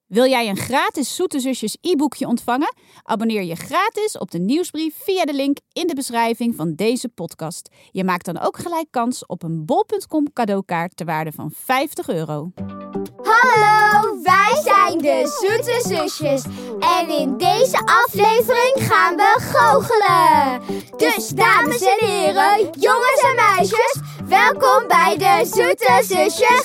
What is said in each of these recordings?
Wil jij een gratis Zoete Zusjes e-boekje ontvangen? Abonneer je gratis op de nieuwsbrief via de link in de beschrijving van deze podcast. Je maakt dan ook gelijk kans op een bol.com cadeaukaart ter waarde van €50. Hallo, wij zijn de Zoete Zusjes. En in deze aflevering gaan we goochelen. Dus dames en heren, jongens en meisjes, welkom bij de Zoete Zusjes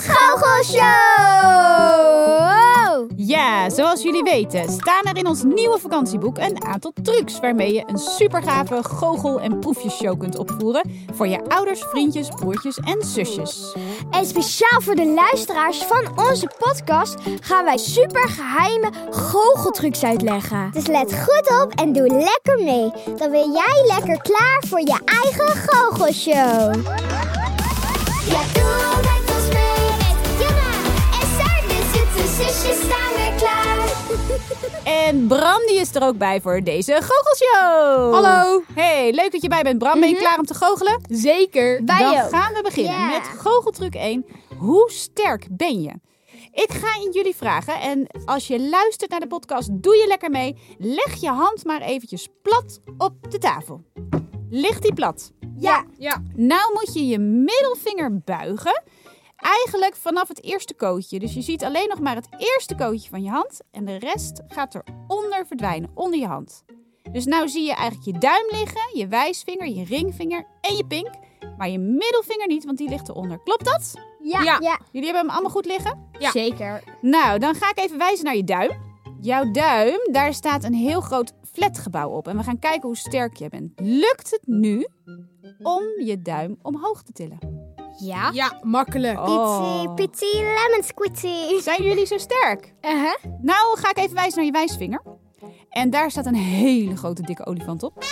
Goochelshow. Ja, zoals jullie weten staan er in ons nieuwe vakantieboek een aantal trucs waarmee je een supergave goochel- en proefjesshow kunt opvoeren voor je ouders, vriendjes, broertjes en zusjes. En speciaal voor de luisteraars van onze podcast gaan wij supergeheime goocheltrucs uitleggen. Dus let goed op en doe lekker mee. Dan ben jij lekker klaar voor je eigen goochelshow. Ja, doe met ons mee met Jana en Saar. De Zoete Zusjes staan weer klaar. En Bram die is er ook bij voor deze goochelshow. Hallo. Hey, leuk dat je bij bent, Bram. Ben je klaar om te goochelen? Zeker. Dan gaan we beginnen met goocheltruc 1. Hoe sterk ben je? Ik ga in jullie vragen en als je luistert naar de podcast, doe je lekker mee. Leg je hand maar eventjes plat op de tafel. Ligt die plat? Ja. Nou moet je je middelvinger buigen. Eigenlijk vanaf het eerste kootje. Dus je ziet alleen nog maar het eerste kootje van je hand. En de rest gaat eronder verdwijnen, onder je hand. Dus nou zie je eigenlijk je duim liggen, je wijsvinger, je ringvinger en je pink. Maar je middelvinger niet, want die ligt eronder. Klopt dat? Ja. Jullie hebben hem allemaal goed liggen? Ja. Zeker. Nou, dan ga ik even wijzen naar je duim. Jouw duim, daar staat een heel groot flatgebouw op. En we gaan kijken hoe sterk je bent. Lukt het nu om je duim omhoog te tillen? Ja. Ja, makkelijk. Pitsy, lemon squitty. Zijn jullie zo sterk? Nou, ga ik even wijzen naar je wijsvinger. En daar staat een hele grote dikke olifant op.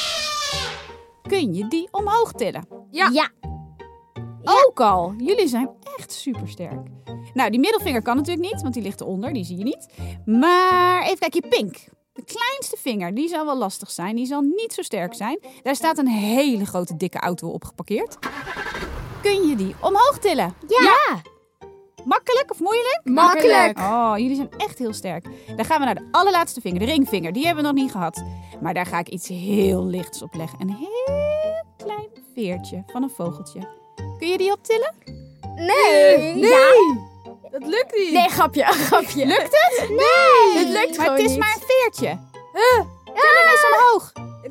Kun je die omhoog tillen? Ja. Ook al. Jullie zijn echt supersterk. Nou, die middelvinger kan natuurlijk niet, want die ligt eronder. Die zie je niet. Maar even kijken, je pink. De kleinste vinger, die zal wel lastig zijn. Die zal niet zo sterk zijn. Daar staat een hele grote dikke auto op geparkeerd. Kun je die omhoog tillen? Ja. Makkelijk of moeilijk? Makkelijk. Oh, jullie zijn echt heel sterk. Dan gaan we naar de allerlaatste vinger, de ringvinger. Die hebben we nog niet gehad. Maar daar ga ik iets heel lichts op leggen. Een heel klein veertje van een vogeltje. Kun je die optillen? Nee. Ja. Dat lukt niet. Nee, grapje. Lukt het? Nee. Het lukt Maar gewoon het is niet. maar een veertje. Til hem eens omhoog.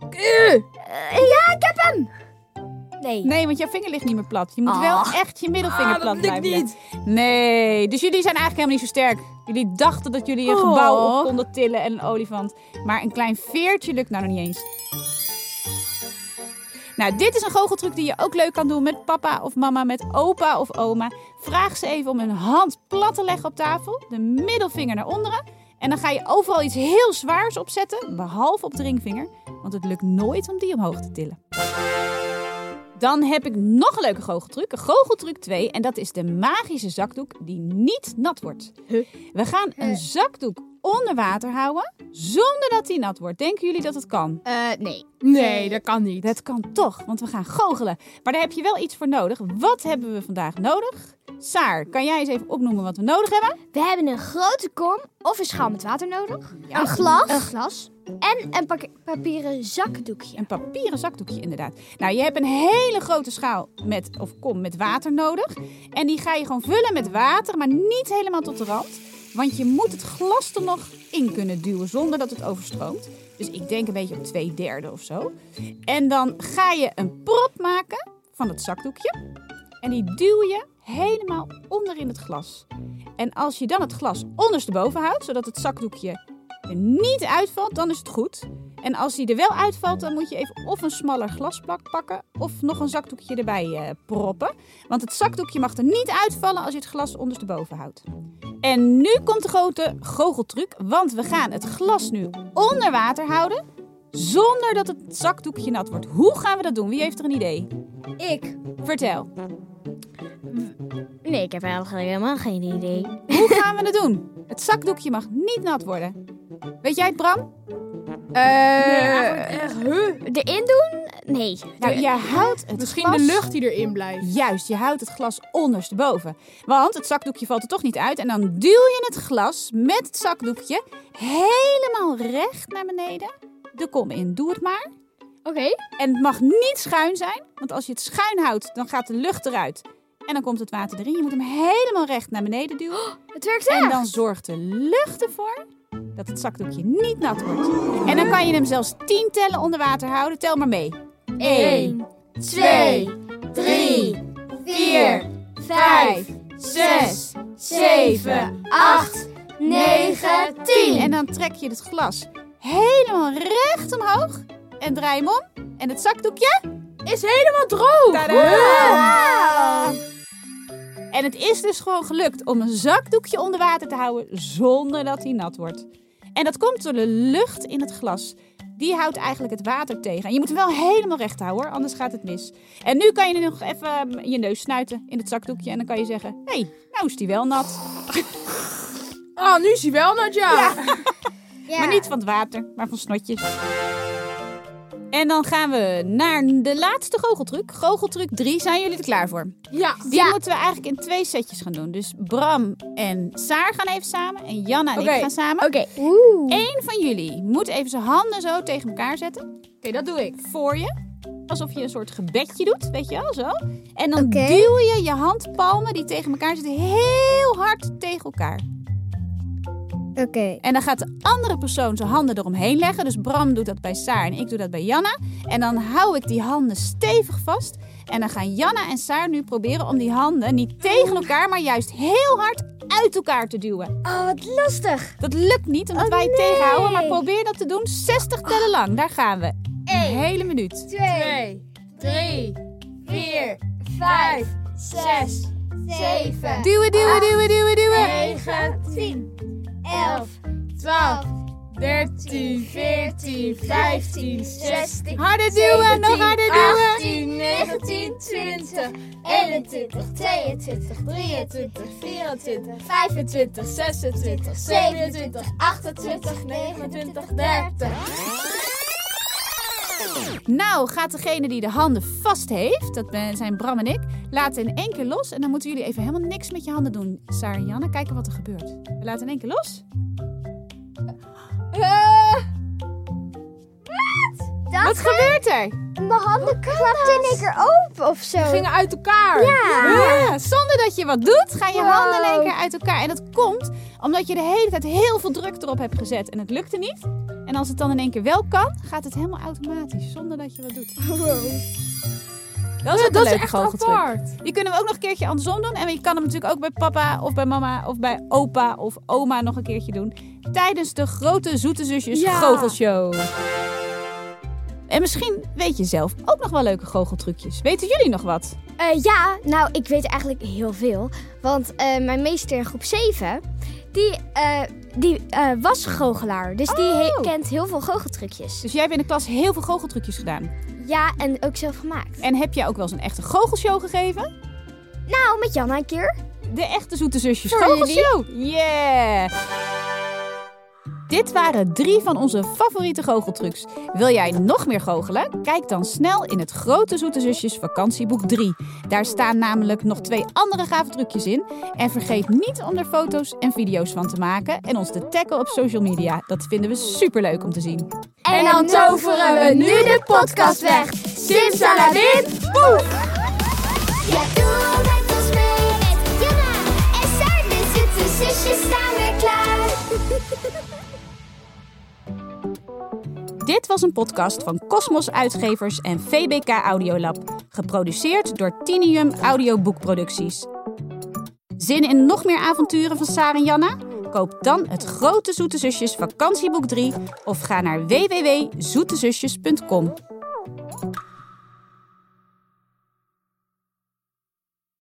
Ja, ik heb hem. Nee. Nee, want jouw vinger ligt niet meer plat. Je moet wel echt je middelvinger dat plat lukt blijven niet. leggen. Nee, dus jullie zijn eigenlijk helemaal niet zo sterk. Jullie dachten dat jullie een gebouw op konden tillen en een olifant. Maar een klein veertje lukt nou nog niet eens. Nou, dit is een goocheltruc die je ook leuk kan doen met papa of mama, met opa of oma. Vraag ze even om hun hand plat te leggen op tafel. De middelvinger naar onderen. En dan ga je overal iets heel zwaars opzetten, behalve op de ringvinger. Want het lukt nooit om die omhoog te tillen. Dan heb ik nog een leuke goocheltruc. Een goocheltruc 2. En dat is de magische zakdoek die niet nat wordt. We gaan een zakdoek onder water houden zonder dat die nat wordt. Denken jullie dat het kan? Nee. Nee, dat kan niet. Dat kan toch, want we gaan goochelen. Maar daar heb je wel iets voor nodig. Wat hebben we vandaag nodig? Saar, kan jij eens even opnoemen wat we nodig hebben? We hebben een grote kom of een schaal met water nodig. Ja. Een glas. En een papieren zakdoekje. Een papieren zakdoekje, inderdaad. Nou, je hebt een hele grote schaal of kom met water nodig. En die ga je gewoon vullen met water, maar niet helemaal tot de rand. Want je moet het glas er nog in kunnen duwen zonder dat het overstroomt. Dus ik denk een beetje op 2/3 of zo. En dan ga je een prop maken van het zakdoekje. En die duw je helemaal onder in het glas. En als je dan het glas ondersteboven houdt, zodat het zakdoekje er niet uitvalt, dan is het goed. En als die er wel uitvalt, dan moet je even of een smaller glasplak pakken of nog een zakdoekje erbij proppen. Want het zakdoekje mag er niet uitvallen als je het glas ondersteboven houdt. En nu komt de grote goocheltruc, want we gaan het glas nu onder water houden zonder dat het zakdoekje nat wordt. Hoe gaan we dat doen? Wie heeft er een idee? Ik. Vertel. Nee, ik heb eigenlijk helemaal geen idee. Hoe gaan we het doen? Het zakdoekje mag niet nat worden. Weet jij het, Bram? Eigenlijk echt, Erin doen? Nee. Nou, je houdt het Misschien glas... de lucht die erin blijft. Juist, je houdt het glas ondersteboven. Want het zakdoekje valt er toch niet uit. En dan duw je het glas met het zakdoekje helemaal recht naar beneden. De kom in. Doe het maar. Oké. En het mag niet schuin zijn. Want als je het schuin houdt, dan gaat de lucht eruit. En dan komt het water erin. Je moet hem helemaal recht naar beneden duwen. Het werkt echt. En dan zorgt de lucht ervoor dat het zakdoekje niet nat wordt. En dan kan je hem zelfs 10 tellen onder water houden. Tel maar mee. 1, 2, 3, 4, 5, 6, 7, 8, 9, 10. En dan trek je het glas helemaal recht omhoog. En draai hem om. En het zakdoekje Is helemaal droog. Tadaa! En het is dus gewoon gelukt om een zakdoekje onder water te houden zonder dat hij nat wordt. En dat komt door de lucht in het glas. Die houdt eigenlijk het water tegen. En je moet hem wel helemaal recht houden hoor, anders gaat het mis. En nu kan je nog even je neus snuiten in het zakdoekje. En dan kan je zeggen, hé, nou is die wel nat. Oh, nu is hij wel nat, ja. Ja. Maar niet van het water, maar van snotjes. En dan gaan we naar de laatste goocheltruc. Goocheltruc 3, zijn jullie er klaar voor? Ja. Die moeten we eigenlijk in 2 setjes gaan doen. Dus Bram en Saar gaan even samen. En Janna en Oké. ik gaan samen. Oké. Eén van jullie moet even zijn handen zo tegen elkaar zetten. Oké, dat doe ik. Voor je. Alsof je een soort gebedje doet, weet je wel, zo. En dan Oké. duw je je handpalmen die tegen elkaar zitten heel hard tegen elkaar. Oké. En dan gaat de andere persoon zijn handen eromheen leggen. Dus Bram doet dat bij Saar en ik doe dat bij Janna. En dan hou ik die handen stevig vast. En dan gaan Janna en Saar nu proberen om die handen niet tegen elkaar, maar juist heel hard uit elkaar te duwen. Oh, wat lastig. Dat lukt niet, omdat wij het tegenhouden. Maar probeer dat te doen 60 tellen lang. Daar gaan we. Een hele minuut. 2, 3, 4, 5, 6, 7, Duwen, duwen, duwen, duwen, duwen. 9, 10, 11, 12, 13, 14, 15, 16, Harder duwen, nog harder duwen. 18, 19, 20, 21, 22, 23, 24, 25, 26, 27, 28, 29, 30. Nou, gaat degene die de handen vast heeft, dat zijn Bram en ik, laten in 1 keer los. En dan moeten jullie even helemaal niks met je handen doen, Saar en Janne. Kijken wat er gebeurt. We laten in 1 keer los. Wat gebeurt er? Mijn handen klapten in één keer open of zo. gingen uit elkaar. Ja, zonder dat je wat doet, gaan je handen in 1 keer uit elkaar. En dat komt omdat je de hele tijd heel veel druk erop hebt gezet. En het lukte niet. En als het dan in 1 keer wel kan, gaat het helemaal automatisch. Zonder dat je wat doet. Dat is ook een Dat is leuke echt goocheltruc. apart. Die kunnen we ook nog een keertje andersom doen. En je kan hem natuurlijk ook bij papa of bij mama of bij opa of oma nog een keertje doen. Tijdens de grote Zoete Zusjes Ja. goochelshow. En misschien weet je zelf ook nog wel leuke goocheltrucjes. Weten jullie nog wat? Ja, nou, ik weet eigenlijk heel veel. Want mijn meester in groep 7, die was goochelaar. Dus die kent heel veel goocheltrucjes. Dus jij hebt in de klas heel veel goocheltrucjes gedaan. Ja, en ook zelf gemaakt. En heb jij ook wel eens een echte goochelshow gegeven? Nou, met Janna een keer. De echte Zoete Zusjes Voor goochelshow. Yeah! Dit waren 3 van onze favoriete goocheltrucs. Wil jij nog meer goochelen? Kijk dan snel in het Grote Zoete Zusjes vakantieboek 3. Daar staan namelijk nog 2 andere gave trucjes in. En vergeet niet om er foto's en video's van te maken en ons te taggen op social media. Dat vinden we superleuk om te zien. En dan toveren we nu de podcast weg. Simsalabim, poef! Ja, doe met ons mee met Janna en Saar. De Zoete Zusjes staan weer klaar. Dit was een podcast van Cosmos Uitgevers en VBK Audiolab. Geproduceerd door Tinium Audioboekproducties. Zin in nog meer avonturen van Saar en Janna? Koop dan het Grote Zoete Zusjes vakantieboek 3 of ga naar www.zoetezusjes.com.